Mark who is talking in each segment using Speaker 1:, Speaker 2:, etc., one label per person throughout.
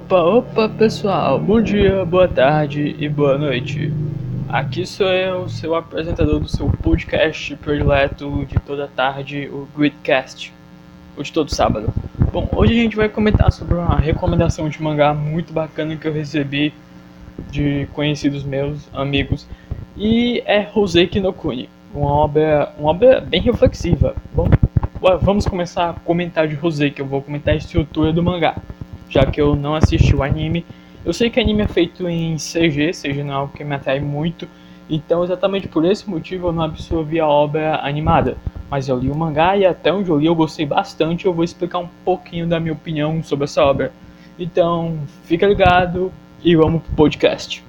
Speaker 1: Opa, opa pessoal, bom dia, boa tarde e boa noite. Aqui sou eu, seu apresentador do seu podcast predileto de toda tarde, o Gridcast, o de todo sábado. Bom, hoje a gente vai comentar sobre uma recomendação de mangá muito bacana que eu recebi de conhecidos meus, amigos, e é Hoseki no Kuni, uma obra bem reflexiva. Bom, vamos começar a comentar de Hoseki, eu vou comentar a estrutura do mangá, já que eu não assisti o anime. Eu sei que anime é feito em CG não é algo que me atrai muito, então exatamente por esse motivo eu não absorvi a obra animada. Mas eu li o mangá e até onde eu li eu gostei bastante, eu vou explicar um pouquinho da minha opinião sobre essa obra. Então, fica ligado e vamos pro podcast.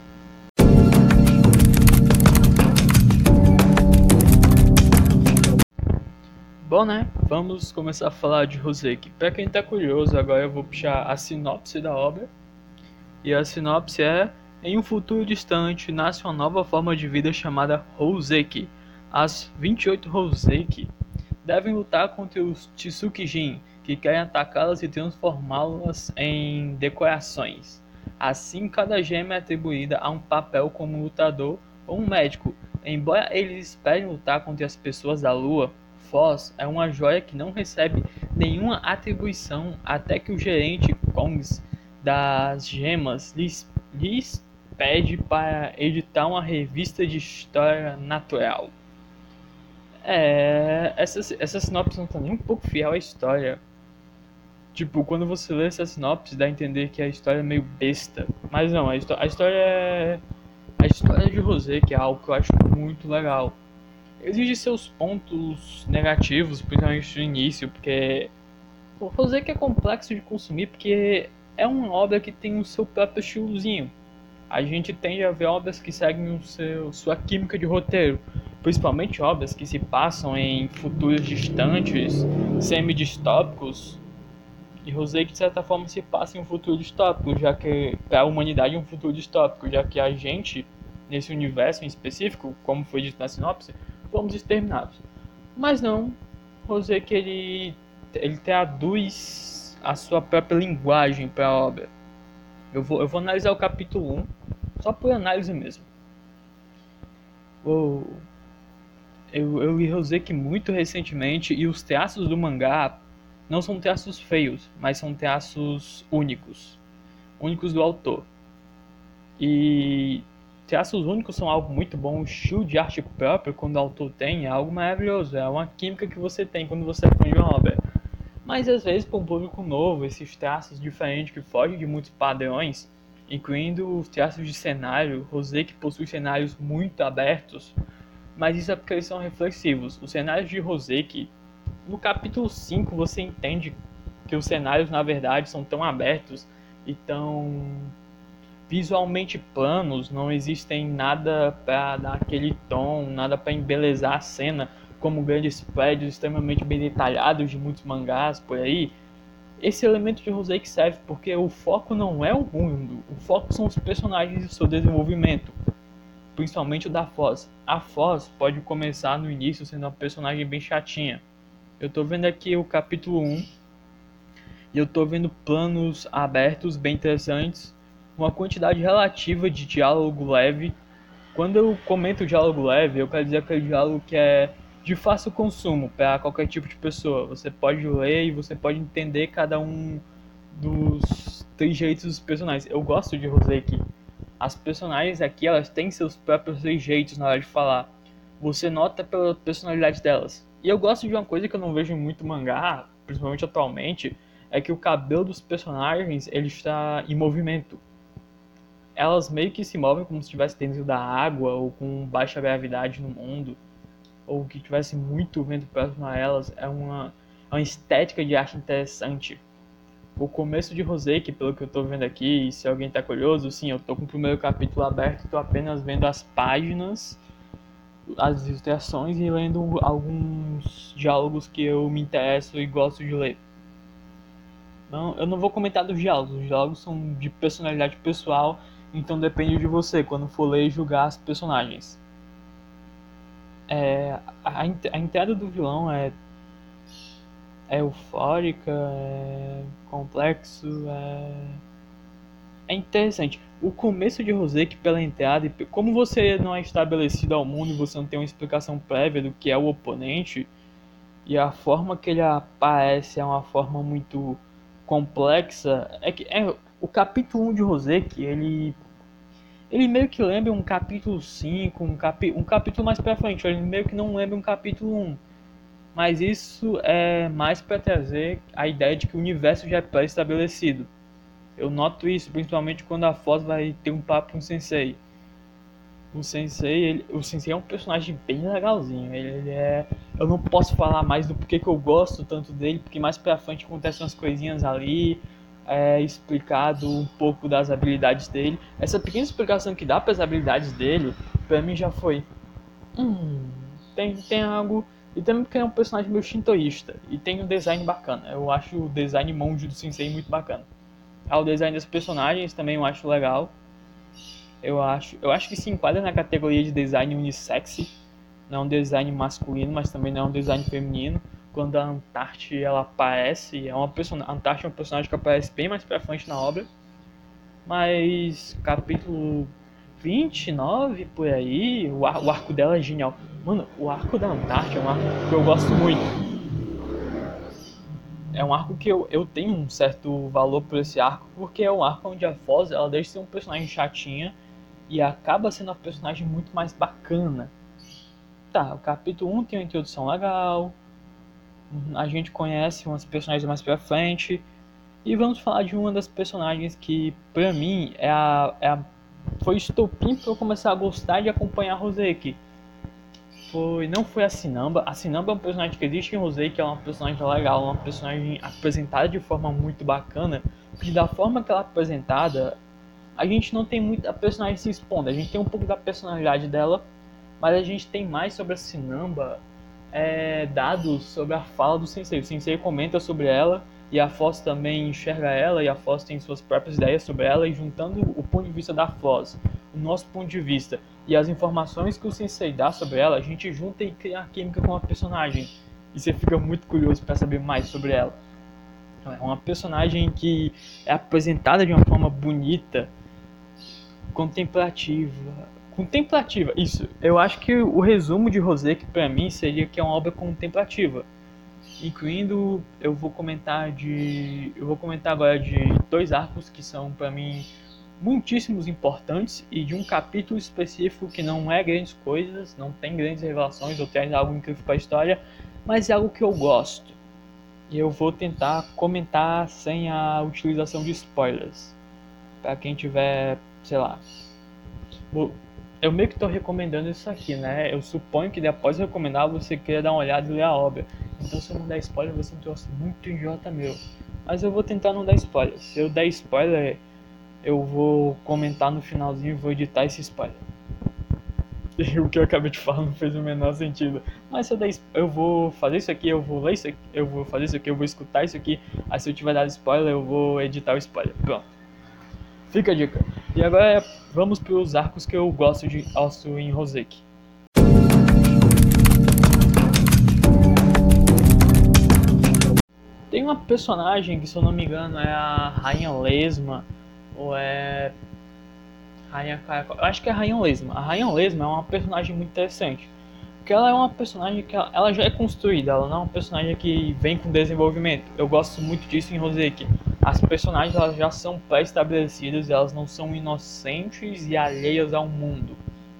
Speaker 1: Bom, né? Vamos começar a falar de Hoseki. Para quem tá curioso, agora eu vou puxar a sinopse da obra. E a sinopse é: em um futuro distante, nasce uma nova forma de vida chamada Hoseki. As 28 Hoseki devem lutar contra os Tsukijin, que querem atacá-las e transformá-las em decorações. Assim, cada gema é atribuída a um papel como lutador ou um médico. Embora eles esperem lutar contra as pessoas da Lua, Foz é uma joia que não recebe nenhuma atribuição até que o gerente Kongs das gemas lhes pede para editar uma revista de história natural. Essa sinopse não tá nem um pouco fiel à história. Tipo, quando você lê essa sinopse, dá a entender que a história é meio besta. Mas não, a história é. A história de Rosé, que é algo que eu acho muito legal. Exige seus pontos negativos, principalmente no início, porque o Rosé que é complexo de consumir, porque é uma obra que tem o seu próprio estilozinho. A gente tende a ver obras que seguem sua química de roteiro, principalmente obras que se passam em futuros distantes, semi-distópicos, e Rosé que de certa forma se passa em um futuro distópico, já que para a humanidade é um futuro distópico, já que a gente, nesse universo em específico, como foi dito na sinopse, fomos exterminados. Mas não, Rosé que ele traduz a sua própria linguagem para a obra. Eu vou analisar o capítulo 1, só por análise mesmo. Oh, eu li Roseki muito recentemente e os traços do mangá não são traços feios, mas são traços únicos. Únicos do autor. E traços únicos são algo muito bom. O estilo de arte próprio, quando o autor tem, é algo maravilhoso. É uma química que você tem quando você é fã de uma obra. Mas às vezes, para um público novo, esses traços diferentes que fogem de muitos padrões, incluindo os traços de cenário, Roseki possui cenários muito abertos, mas isso é porque eles são reflexivos. Os cenários de Roseki, no capítulo 5 você entende que os cenários na verdade são tão abertos e tão visualmente planos, não existem nada para dar aquele tom, nada para embelezar a cena, como grandes prédios extremamente bem detalhados de muitos mangás por aí. Esse elemento de Roseki serve porque o foco não é o mundo, o foco são os personagens e o seu desenvolvimento, principalmente o da Foz. A Foz pode começar no início sendo uma personagem bem chatinha. Eu tô vendo aqui o capítulo 1 e eu tô vendo planos abertos bem interessantes, uma quantidade relativa de diálogo leve. Quando eu comento diálogo leve, eu quero dizer aquele diálogo que é de fácil consumo para qualquer tipo de pessoa. Você pode ler e você pode entender cada um dos trejeitos dos personagens. Eu gosto de Roseki. As personagens aqui, elas têm seus próprios trejeitos na hora de falar. Você nota pela personalidade delas. E eu gosto de uma coisa que eu não vejo em muito mangá, principalmente atualmente, é que o cabelo dos personagens ele está em movimento. Elas meio que se movem como se estivesse dentro da água ou com baixa gravidade no mundo, ou que tivesse muito vento próximo a elas. É uma estética de arte interessante. O começo de Roseki, pelo que eu tô vendo aqui, e se alguém tá curioso, sim, eu tô com o primeiro capítulo aberto e tô apenas vendo as páginas, as ilustrações e lendo alguns diálogos que eu me interesso e gosto de ler. Não, eu não vou comentar dos diálogos, os diálogos são de personalidade pessoal, então depende de você quando for ler e julgar as personagens. A entrada do vilão é eufórica, é complexo, é interessante. O começo de Roseki pela entrada, e como você não é estabelecido ao mundo, você não tem uma explicação prévia do que é o oponente, e a forma que ele aparece é uma forma muito complexa, o capítulo 1 de Roseki, ele meio que lembra um capítulo 5, um capítulo mais pra frente, ele meio que não lembra um capítulo 1. Mas isso é mais para trazer a ideia de que o universo já é pré-estabelecido. Eu noto isso principalmente quando a Foz vai ter um papo com o Sensei. O Sensei é um personagem bem legalzinho. Ele é, eu não posso falar mais do porquê que eu gosto tanto dele, porque mais pra frente acontecem umas coisinhas ali, é explicado um pouco das habilidades dele. Essa pequena explicação que dá para as habilidades dele, pra mim já foi. Hum, tem algo. E também porque é um personagem meio shintoísta. E tem um design bacana. Eu acho o design monge do Sensei muito bacana. O design das personagens também eu acho legal. Eu acho que se enquadra na categoria de design unissex. Não é um design masculino, mas também não é um design feminino. Quando a Antarte ela aparece, a Antarte é um personagem que aparece bem mais pra frente na obra. Mas capítulo 29 por aí, o arco dela é genial. Mano, o arco da Antártida é um arco que eu gosto muito. É um arco que eu tenho um certo valor por esse arco, porque é um arco onde a Foz ela deixa de ser um personagem chatinha e acaba sendo uma personagem muito mais bacana. Tá, o capítulo 1 tem uma introdução legal, a gente conhece umas personagens mais pra frente, e vamos falar de uma das personagens que, pra mim, foi estopim pra eu começar a gostar de acompanhar Roseki. Não foi a Sinamba. A Sinamba é um personagem que existe em Roseki, é uma personagem legal, uma personagem apresentada de forma muito bacana. Porque da forma que ela é apresentada, a gente não tem muito a personagem se expondo. A gente tem um pouco da personalidade dela, mas a gente tem mais sobre a Sinamba dados sobre a fala do Sensei. O Sensei comenta sobre ela e a Foz também enxerga ela e a Foz tem suas próprias ideias sobre ela e juntando o ponto de vista da Foz, o nosso ponto de vista e as informações que o Sensei dá sobre ela, a gente junta e cria a química com a personagem e você fica muito curioso para saber mais sobre ela. É uma personagem que é apresentada de uma forma bonita, contemplativa, isso. Eu acho que o resumo de Roseki para mim seria que é uma obra contemplativa, incluindo eu vou comentar agora de dois arcos que são para mim muitíssimos importantes e de um capítulo específico que não é grandes coisas, não tem grandes revelações ou traz algo incrível para a história, mas é algo que eu gosto. E eu vou tentar comentar sem a utilização de spoilers. Para quem tiver, sei lá, eu meio que estou recomendando isso aqui, né? Eu suponho que depois de recomendar você queira dar uma olhada e ler a obra. Então se eu não der spoiler, vai ser um troço muito idiota meu. Mas eu vou tentar não dar spoiler. Se eu der spoiler, eu vou comentar no finalzinho e vou editar esse spoiler. E o que eu acabei de falar não fez o menor sentido. Mas se eu der eu vou fazer isso aqui, eu vou ler isso aqui, eu vou fazer isso aqui, eu vou escutar isso aqui. Aí se eu tiver dado spoiler, eu vou editar o spoiler. Pronto. Fica a dica. E agora vamos para os arcos que eu gosto de em Roseki. Tem uma personagem que, se eu não me engano, é a Rainha Lesma, ou é Rainha Caracol. Eu acho que é a Rainha Lesma. A Rainha Lesma é uma personagem muito interessante. Porque ela é uma personagem que ela já é construída, ela não é uma personagem que vem com desenvolvimento. Eu gosto muito disso em Roseki. As personagens elas já são pré-estabelecidas, elas não são inocentes e alheias ao mundo.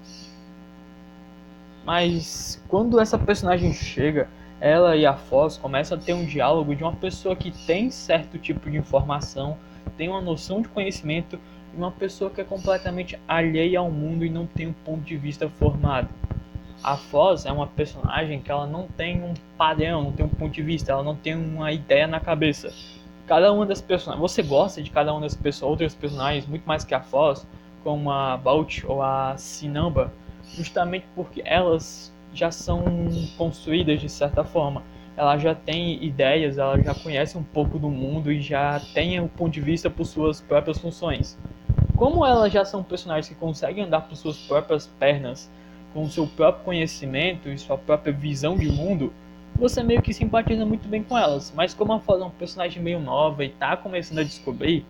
Speaker 1: Mas quando essa personagem chega, ela e a Foz começam a ter um diálogo de uma pessoa que tem certo tipo de informação, tem uma noção de conhecimento, e uma pessoa que é completamente alheia ao mundo e não tem um ponto de vista formado. A Foz é uma personagem que ela não tem um padrão, não tem um ponto de vista, ela não tem uma ideia na cabeça. Cada uma das personagens, você gosta de cada uma das pessoas, outras personagens muito mais que a Foz, como a Baut ou a Sinamba, justamente porque elas já são construídas de certa forma. Ela já tem ideias, ela já conhece um pouco do mundo e já tem um ponto de vista por suas próprias funções. Como elas já são personagens que conseguem andar por suas próprias pernas, com o seu próprio conhecimento e sua própria visão de mundo, você meio que simpatiza muito bem com elas. Mas como a Foz é um personagem meio nova e tá começando a descobrir,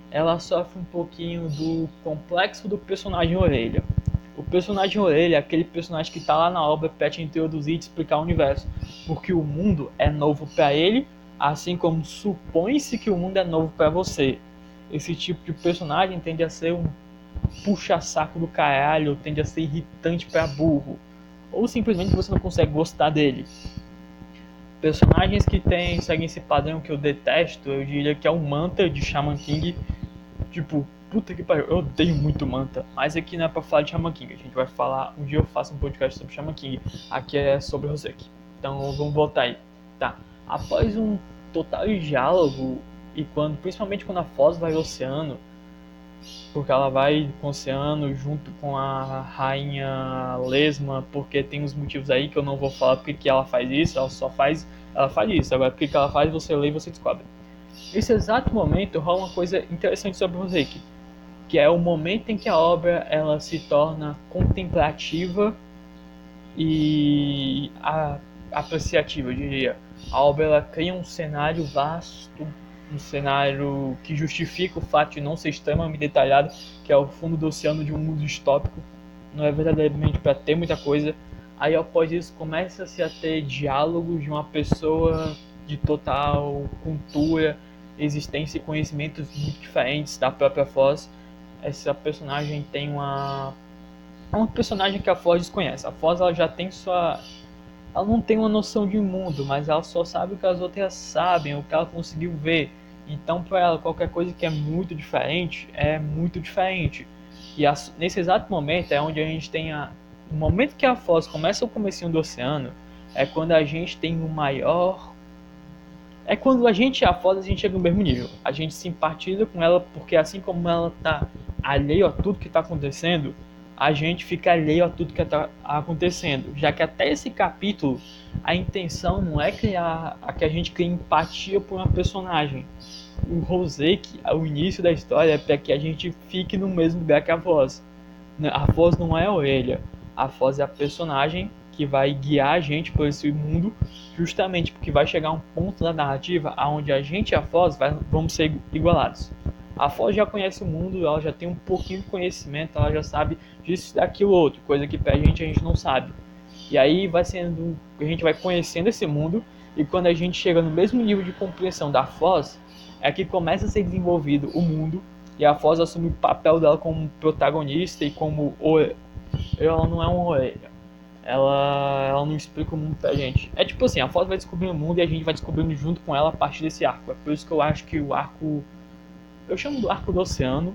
Speaker 1: ela sofre um pouquinho do complexo do personagem Orelha. O personagem Orelha é aquele personagem que está lá na obra para te introduzir e te explicar o universo, porque o mundo é novo para ele, assim como supõe-se que o mundo é novo para você. Esse tipo de personagem tende a ser um puxa-saco do caralho, tende a ser irritante para burro, ou simplesmente você não consegue gostar dele. Personagens que seguem esse padrão que eu detesto, eu diria que é o Manta de Shaman King. Tipo, puta que pariu, eu odeio muito Manta. Mas aqui não é pra falar de Shaman King, a gente vai falar, um dia eu faço um podcast sobre Shaman King. Aqui é sobre Hoseki. Então vamos voltar aí. Tá, após um total diálogo, e principalmente quando a Foz vai ao oceano, porque ela vai com o oceano junto com a rainha Lesma, porque tem uns motivos aí que eu não vou falar porque que ela faz isso, ela faz isso. Agora, porque que ela faz, você lê e você descobre. Nesse exato momento rola uma coisa interessante sobre o Roseki, que é o momento em que a obra ela se torna contemplativa e apreciativa, eu diria. A obra ela cria um cenário vasto, um cenário que justifica o fato de não ser extremamente detalhado, que é o fundo do oceano de um mundo distópico. Não é verdadeiramente para ter muita coisa. Aí após isso começa-se a ter diálogos de uma pessoa de total cultura, existência e conhecimentos muito diferentes da própria Foz. Essa personagem tem é um personagem que a Foz desconhece. A Foz ela já tem sua. Ela não tem uma noção de mundo, mas ela só sabe o que as outras sabem, o que ela conseguiu ver. Então, para ela, qualquer coisa que é muito diferente. E nesse exato momento é onde a gente tem o momento que a Foz começa o comecinho do oceano, é quando a gente tem o maior. É quando a gente e a Foz a gente chega no mesmo nível. A gente simpatiza com ela porque assim como ela tá alheio a tudo que está acontecendo, a gente fica alheio a tudo que está acontecendo. Já que até esse capítulo, a intenção não é que a gente crie empatia por uma personagem. O Roseki, o início da história, é para que a gente fique no mesmo lugar que a Foz. A Foz não é a orelha. A Foz é a personagem que vai guiar a gente por esse mundo, justamente porque vai chegar um ponto da narrativa onde a gente e a Foz vamos ser igualados. A Foz já conhece o mundo, ela já tem um pouquinho de conhecimento, ela já sabe disso, daquilo, outro, coisa que pra gente a gente não sabe. E aí a gente vai conhecendo esse mundo, e quando a gente chega no mesmo nível de compreensão da Foz, é que começa a ser desenvolvido o mundo, e a Foz assume o papel dela como protagonista e como ela não é uma orelha. Ela não explica o mundo pra gente. É tipo assim, a Foz vai descobrindo o mundo e a gente vai descobrindo junto com ela a partir desse arco. É por isso que eu acho que o arco. Eu chamo do arco do oceano.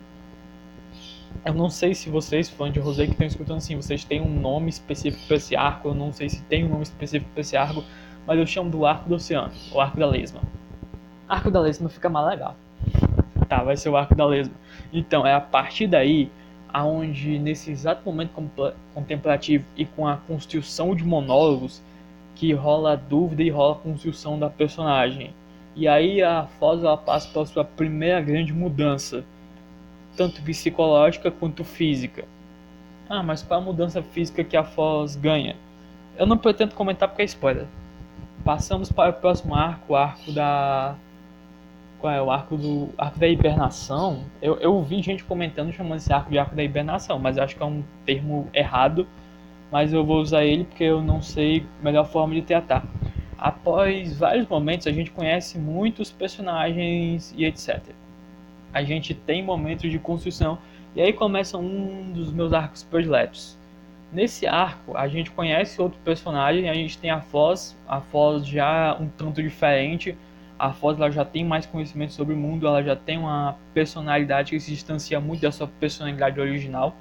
Speaker 1: Eu não sei se vocês, fãs de Rosé que estão escutando assim, vocês têm um nome específico para esse arco. Eu não sei se tem um nome específico para esse arco, mas eu chamo do arco do oceano, o arco da lesma. Arco da lesma fica mais legal. Tá, vai ser o arco da lesma. Então, é a partir daí aonde nesse exato momento contemplativo e com a construção de monólogos que rola a dúvida e rola a construção da personagem. E aí a Foz ela passa pela sua primeira grande mudança, tanto psicológica quanto física. Ah, mas qual a mudança física que a Foz ganha? Eu não pretendo comentar porque é spoiler. Passamos para o próximo arco, o arco da. Qual é? O arco da hibernação. Eu vi gente comentando chamando esse arco de arco da hibernação, mas eu acho que é um termo errado. Mas eu vou usar ele porque eu não sei a melhor forma de tratar. Após vários momentos, a gente conhece muitos personagens e etc. A gente tem momentos de construção. E aí começa um dos meus arcos prediletos. Nesse arco, a gente conhece outro personagem, a gente tem a Foz já um tanto diferente. A Foz ela já tem mais conhecimento sobre o mundo, ela já tem uma personalidade que se distancia muito da sua personalidade original.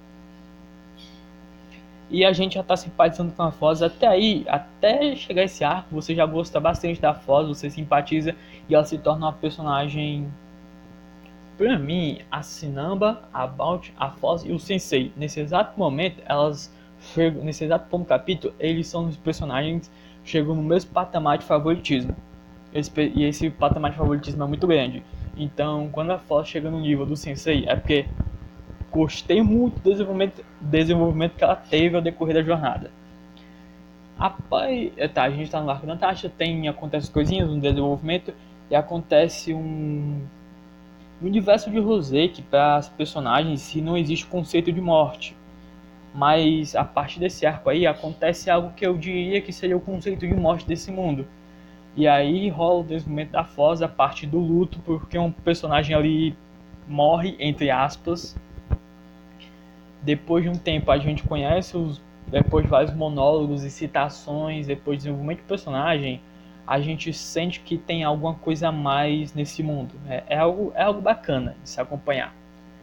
Speaker 1: E a gente já está simpatizando com a Foz até aí, até chegar esse arco, você já gosta bastante da Foz, você simpatiza e ela se torna uma personagem. Pra mim, a Sinamba, a Bout, a Foz e o Sensei, nesse exato momento, elas chegam, nesse exato ponto do capítulo, eles são os personagens que chegam no mesmo patamar de favoritismo. E esse patamar de favoritismo é muito grande. Então, quando a Foz chega no nível do Sensei, é porque gostei muito do desenvolvimento que ela teve ao decorrer da jornada. Tá, a gente tá no arco da Natasha, acontece coisinhas no desenvolvimento e acontece um No universo de Roseki, para as personagens, se não existe conceito de morte. Mas a partir desse arco aí acontece algo que eu diria que seria o conceito de morte desse mundo. E aí rola o desenvolvimento da Foz, a parte do luto, porque um personagem ali morre, entre aspas. Depois de um tempo a gente conhece depois de vários monólogos e citações, depois do desenvolvimento do personagem, a gente sente que tem alguma coisa a mais nesse mundo. É algo bacana de se acompanhar.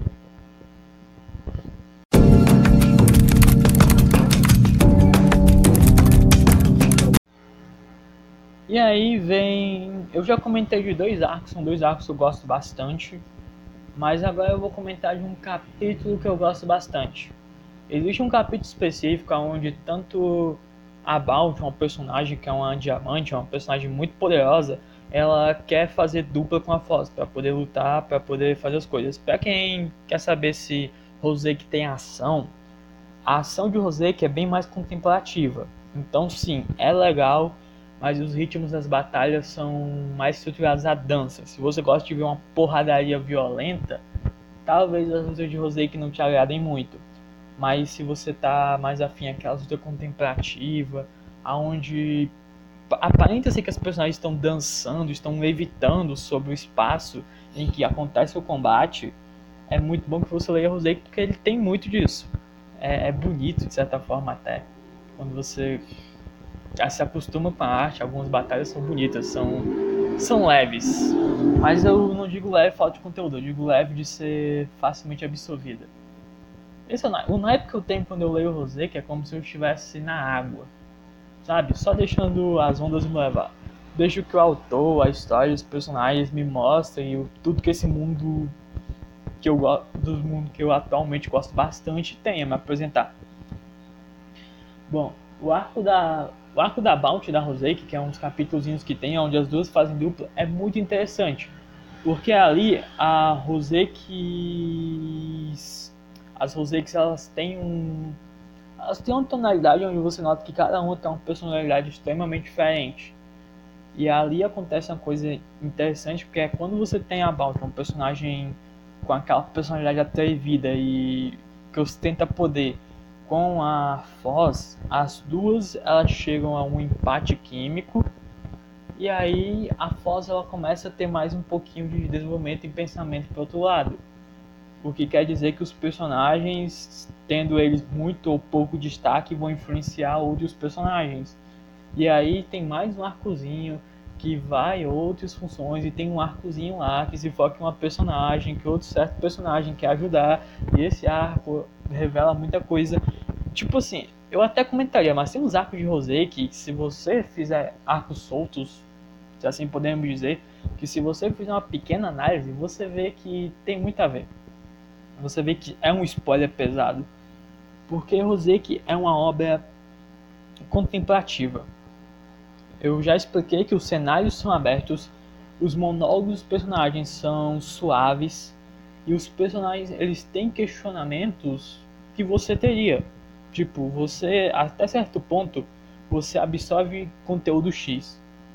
Speaker 1: E aí vem. Eu já comentei de dois arcos, são dois arcos que eu gosto bastante. Mas agora eu vou comentar de um capítulo que eu gosto bastante. Existe um capítulo específico onde tanto a Bounty, uma personagem que é uma diamante, uma personagem muito poderosa, ela quer fazer dupla com a Foz para poder lutar, para poder fazer as coisas. Para quem quer saber se Roseki tem ação, a ação de Roseki é bem mais contemplativa. Então sim, é legal, mas os ritmos das batalhas são mais estruturados à dança. Se você gosta de ver uma porradaria violenta, talvez as lutas de Roseki não te agradem muito. Mas se você tá mais afim àquela luta contemplativa, aonde aparenta ser que as personagens estão dançando, estão levitando sobre o espaço em que acontece o combate, é muito bom que você leia Roseki porque ele tem muito disso. É bonito de certa forma até. Quando você já se acostuma com a arte, algumas batalhas são bonitas, são leves. Mas eu não digo leve falta de conteúdo, eu digo leve de ser facilmente absorvida. O naipe que eu tenho quando eu leio Roseki é como se eu estivesse na água, sabe? Só deixando as ondas me levar. Deixo que o autor, a história, os personagens me mostrem tudo que esse mundo do mundo que eu atualmente gosto bastante tem a me apresentar. Bom, o arco da Bounty da Roseki, que é uns capítulos que tem, onde as duas fazem dupla, é muito interessante. Porque ali as Rosekis elas têm uma tonalidade onde você nota que cada uma tem uma personalidade extremamente diferente. E ali acontece uma coisa interessante, porque é quando você tem a Bounty, um personagem com aquela personalidade atrevida e que ostenta poder, com a Foz, as duas elas chegam a um empate químico. E aí a Foz ela começa a ter mais um pouquinho de desenvolvimento e pensamento para outro lado. O que quer dizer que os personagens, tendo eles muito ou pouco destaque, vão influenciar outros personagens. E aí tem mais um arcozinho que vai outras funções e tem um arcozinho lá que se foca em uma personagem, que outro certo personagem quer ajudar. E esse arco revela muita coisa. Tipo assim, eu até comentaria, mas tem uns arcos de Rosé que se você fizer arcos soltos, se assim podemos dizer, que se você fizer uma pequena análise, você vê que tem muito a ver. Você vê que é um spoiler pesado. Porque Roseki é uma obra contemplativa. Eu já expliquei que os cenários são abertos, os monólogos dos personagens são suaves e os personagens eles têm questionamentos que você teria. Tipo, você até certo ponto você absorve conteúdo X.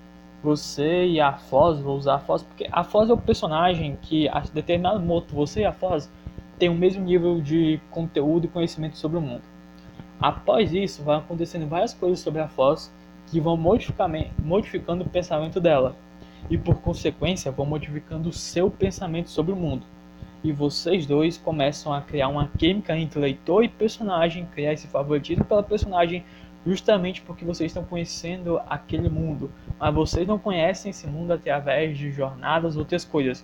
Speaker 1: Você e a Foz, vou usar a Foz porque a Foz é o personagem que a determinado momento você e a Foz têm o mesmo nível de conteúdo e conhecimento sobre o mundo. Após isso, vai acontecendo várias coisas sobre a Foz que vão modificando o pensamento dela e, por consequência, vão modificando o seu pensamento sobre o mundo. E vocês dois começam a criar uma química entre leitor e personagem, criar esse favoritismo pela personagem, justamente porque vocês estão conhecendo aquele mundo, mas vocês não conhecem esse mundo através de jornadas ou outras coisas.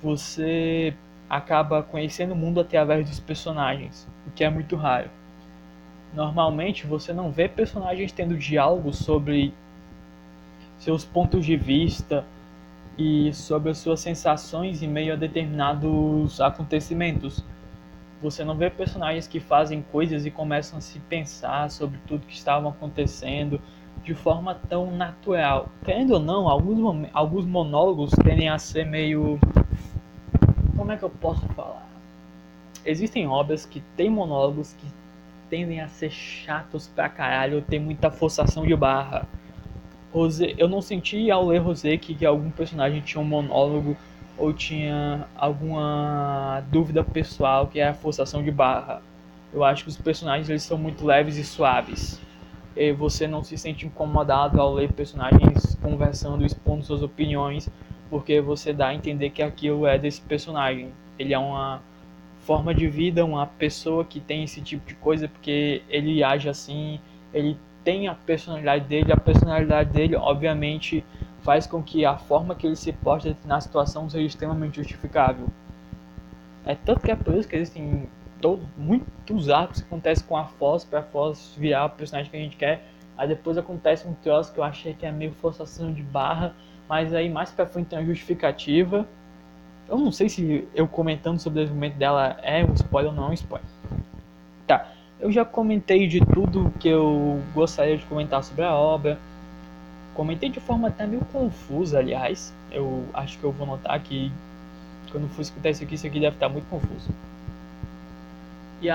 Speaker 1: Você acaba conhecendo o mundo através dos personagens, o que é muito raro. Normalmente você não vê personagens tendo diálogos sobre seus pontos de vista e sobre as suas sensações em meio a determinados acontecimentos. Você não vê personagens que fazem coisas e começam a se pensar sobre tudo que estava acontecendo de forma tão natural. Querendo ou não, alguns monólogos tendem a ser meio... Como é que eu posso falar? Existem obras que têm monólogos que tendem a ser chatos pra caralho, tem muita forçação de barra. Eu não senti ao ler Rosé que algum personagem tinha um monólogo ou tinha alguma dúvida pessoal, que é a forçação de barra. Eu acho que os personagens eles são muito leves e suaves. E você não se sente incomodado ao ler personagens conversando, expondo suas opiniões, porque você dá a entender que aquilo é desse personagem. Ele é uma forma de vida, uma pessoa que tem esse tipo de coisa, porque ele age assim, ele tem a personalidade dele, obviamente, faz com que a forma que ele se porte na situação seja extremamente justificável. É tanto que é por isso que existem muitos arcos que acontecem com a Foz, pra Foz virar o personagem que a gente quer. Aí depois acontece um troço que eu achei que é meio forçação de barra, mas aí mais pra frente tem uma justificativa. Eu não sei se eu comentando sobre o desenvolvimento dela é um spoiler ou não é um spoiler. Tá, eu já comentei de tudo que eu gostaria de comentar sobre a obra. Comentei de forma até meio confusa, aliás. Eu acho que eu vou notar que quando for escutar isso aqui deve estar muito confuso. E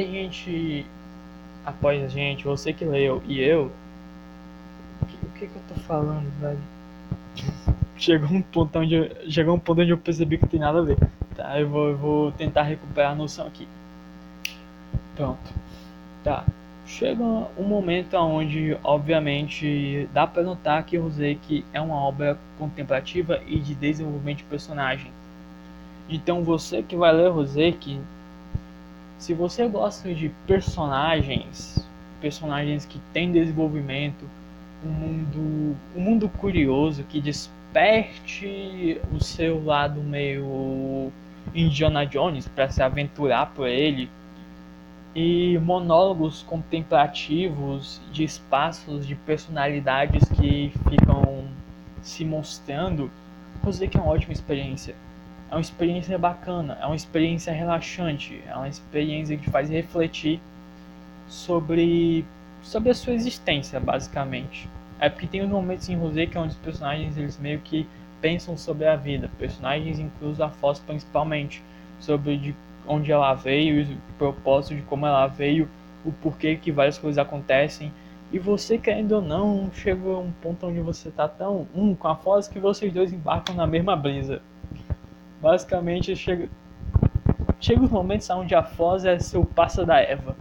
Speaker 1: após a gente, você que leu e eu, o que eu tô falando, velho? Chegou um ponto onde eu percebi que não tem nada a ver. Tá, eu vou tentar recuperar a noção aqui. Pronto. Tá. Chega um momento onde, obviamente, dá pra notar que Roseki é uma obra contemplativa e de desenvolvimento de personagem. Então você que vai ler Roseki, se você gosta de personagens que têm desenvolvimento, um mundo curioso que desperte o seu lado meio Indiana Jones para se aventurar por ele, e monólogos contemplativos de espaços de personalidades que ficam se mostrando, vou dizer que é uma ótima experiência. É uma experiência bacana, é uma experiência relaxante, é uma experiência que te faz refletir sobre a sua existência, basicamente. É porque tem uns momentos em Rosé que é onde os personagens eles meio que pensam sobre a vida, personagens inclusos a Foz principalmente, sobre de onde ela veio, o propósito de como ela veio, o porquê que várias coisas acontecem. E você, querendo ou não, chega a um ponto onde você tá tão com a Foz que vocês dois embarcam na mesma brisa. Basicamente, chega os momentos onde a Foz é seu passa da Eva.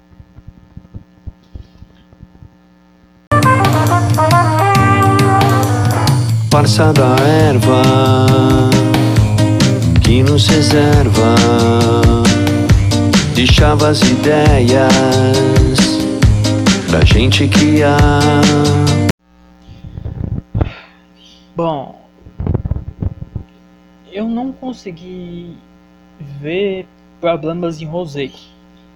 Speaker 2: Parça da erva que nos reserva, deixava as ideias pra gente criar.
Speaker 1: Bom, eu não consegui ver problemas em Roseki.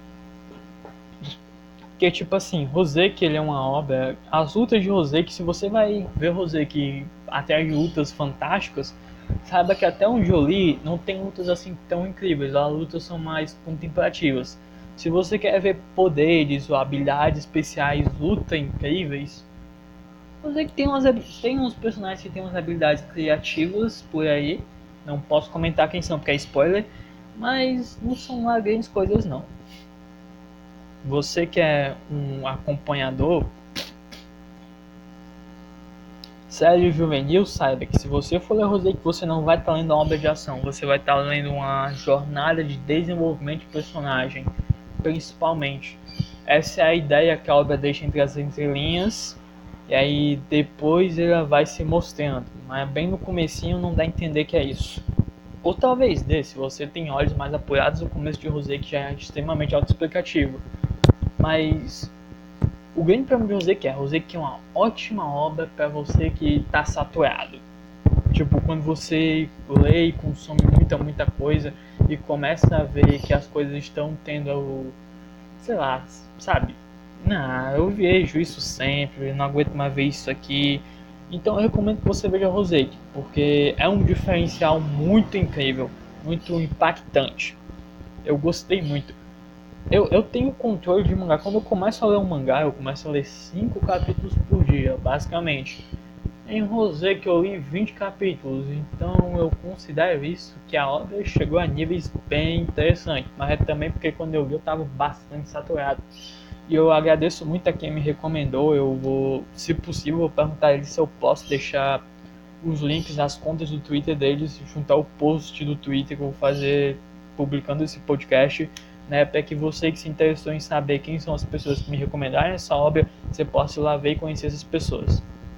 Speaker 1: Porque, tipo assim, Roseki ele é uma obra. As lutas de Roseki, se você vai ver Roseki até de lutas fantásticas, saiba que até onde eu li não tem lutas assim tão incríveis. As lutas são mais contemplativas. Se você quer ver poderes ou habilidades especiais, luta incríveis, Roseki tem uns personagens que tem umas habilidades criativas por aí. Não posso comentar quem são porque é spoiler, mas não são lá grandes coisas não. Você que é um acompanhador sério juvenil, saiba que se você for ler Roseki, você não vai estar lendo uma obra de ação, você vai estar lendo uma jornada de desenvolvimento de personagem, principalmente. Essa é a ideia que a obra deixa entre as entrelinhas, e aí depois ela vai se mostrando, mas bem no comecinho não dá a entender que é isso. Ou talvez dê, se você tem olhos mais apurados, o começo de Roseki já é extremamente autoexplicativo. Mas o grande problema de Roseki é uma ótima obra para você que está saturado. Tipo, quando você lê e consome muita coisa e começa a ver que as coisas estão tendo, sei lá, sabe? Não, eu vejo isso sempre, não aguento mais ver isso aqui. Então eu recomendo que você veja Roseki, porque é um diferencial muito incrível, muito impactante. Eu gostei muito. Eu tenho controle de mangá. Quando eu começo a ler um mangá, eu começo a ler 5 capítulos por dia, basicamente. Em Roseki eu li 20 capítulos, então eu considero isso que a obra chegou a níveis bem interessantes. Mas é também porque quando eu li eu estava bastante saturado. E eu agradeço muito a quem me recomendou. Eu vou, se possível, vou perguntar a ele se eu posso deixar os links das contas do Twitter deles, juntar o post do Twitter que eu vou fazer publicando esse podcast, né, para que você que se interessou em saber quem são as pessoas que me recomendaram essa obra, você possa ir lá ver e conhecer essas pessoas.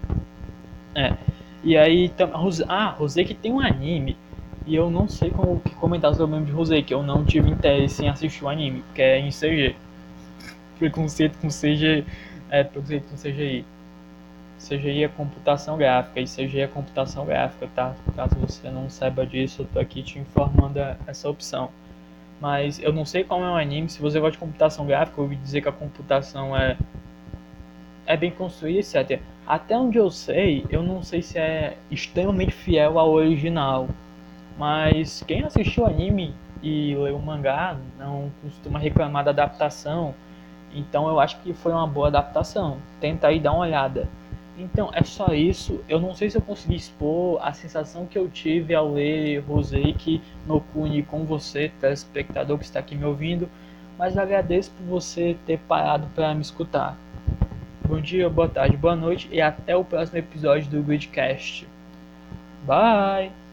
Speaker 1: E aí, Roseki tem um anime, e eu não sei como comentar sobre o nome de Roseki, eu não tive interesse em assistir o anime, que é em CG. Preconceito com CG, preconceito com CGI. CGI é computação gráfica, e CG é computação gráfica, tá? Caso você não saiba disso, eu tô aqui te informando essa opção. Mas eu não sei como é um anime, se você gosta de computação gráfica, eu ouvi dizer que a computação é bem construída, etc. Até onde eu sei, eu não sei se é extremamente fiel ao original. Mas quem assistiu o anime e leu o mangá não costuma reclamar da adaptação. Então eu acho que foi uma boa adaptação. Tenta aí dar uma olhada. Então é só isso. Eu não sei se eu consegui expor a sensação que eu tive ao ler Roseki no Kuni com você, telespectador que está aqui me ouvindo. Mas agradeço por você ter parado para me escutar. Bom dia, boa tarde, boa noite e até o próximo episódio do Gridcast. Bye!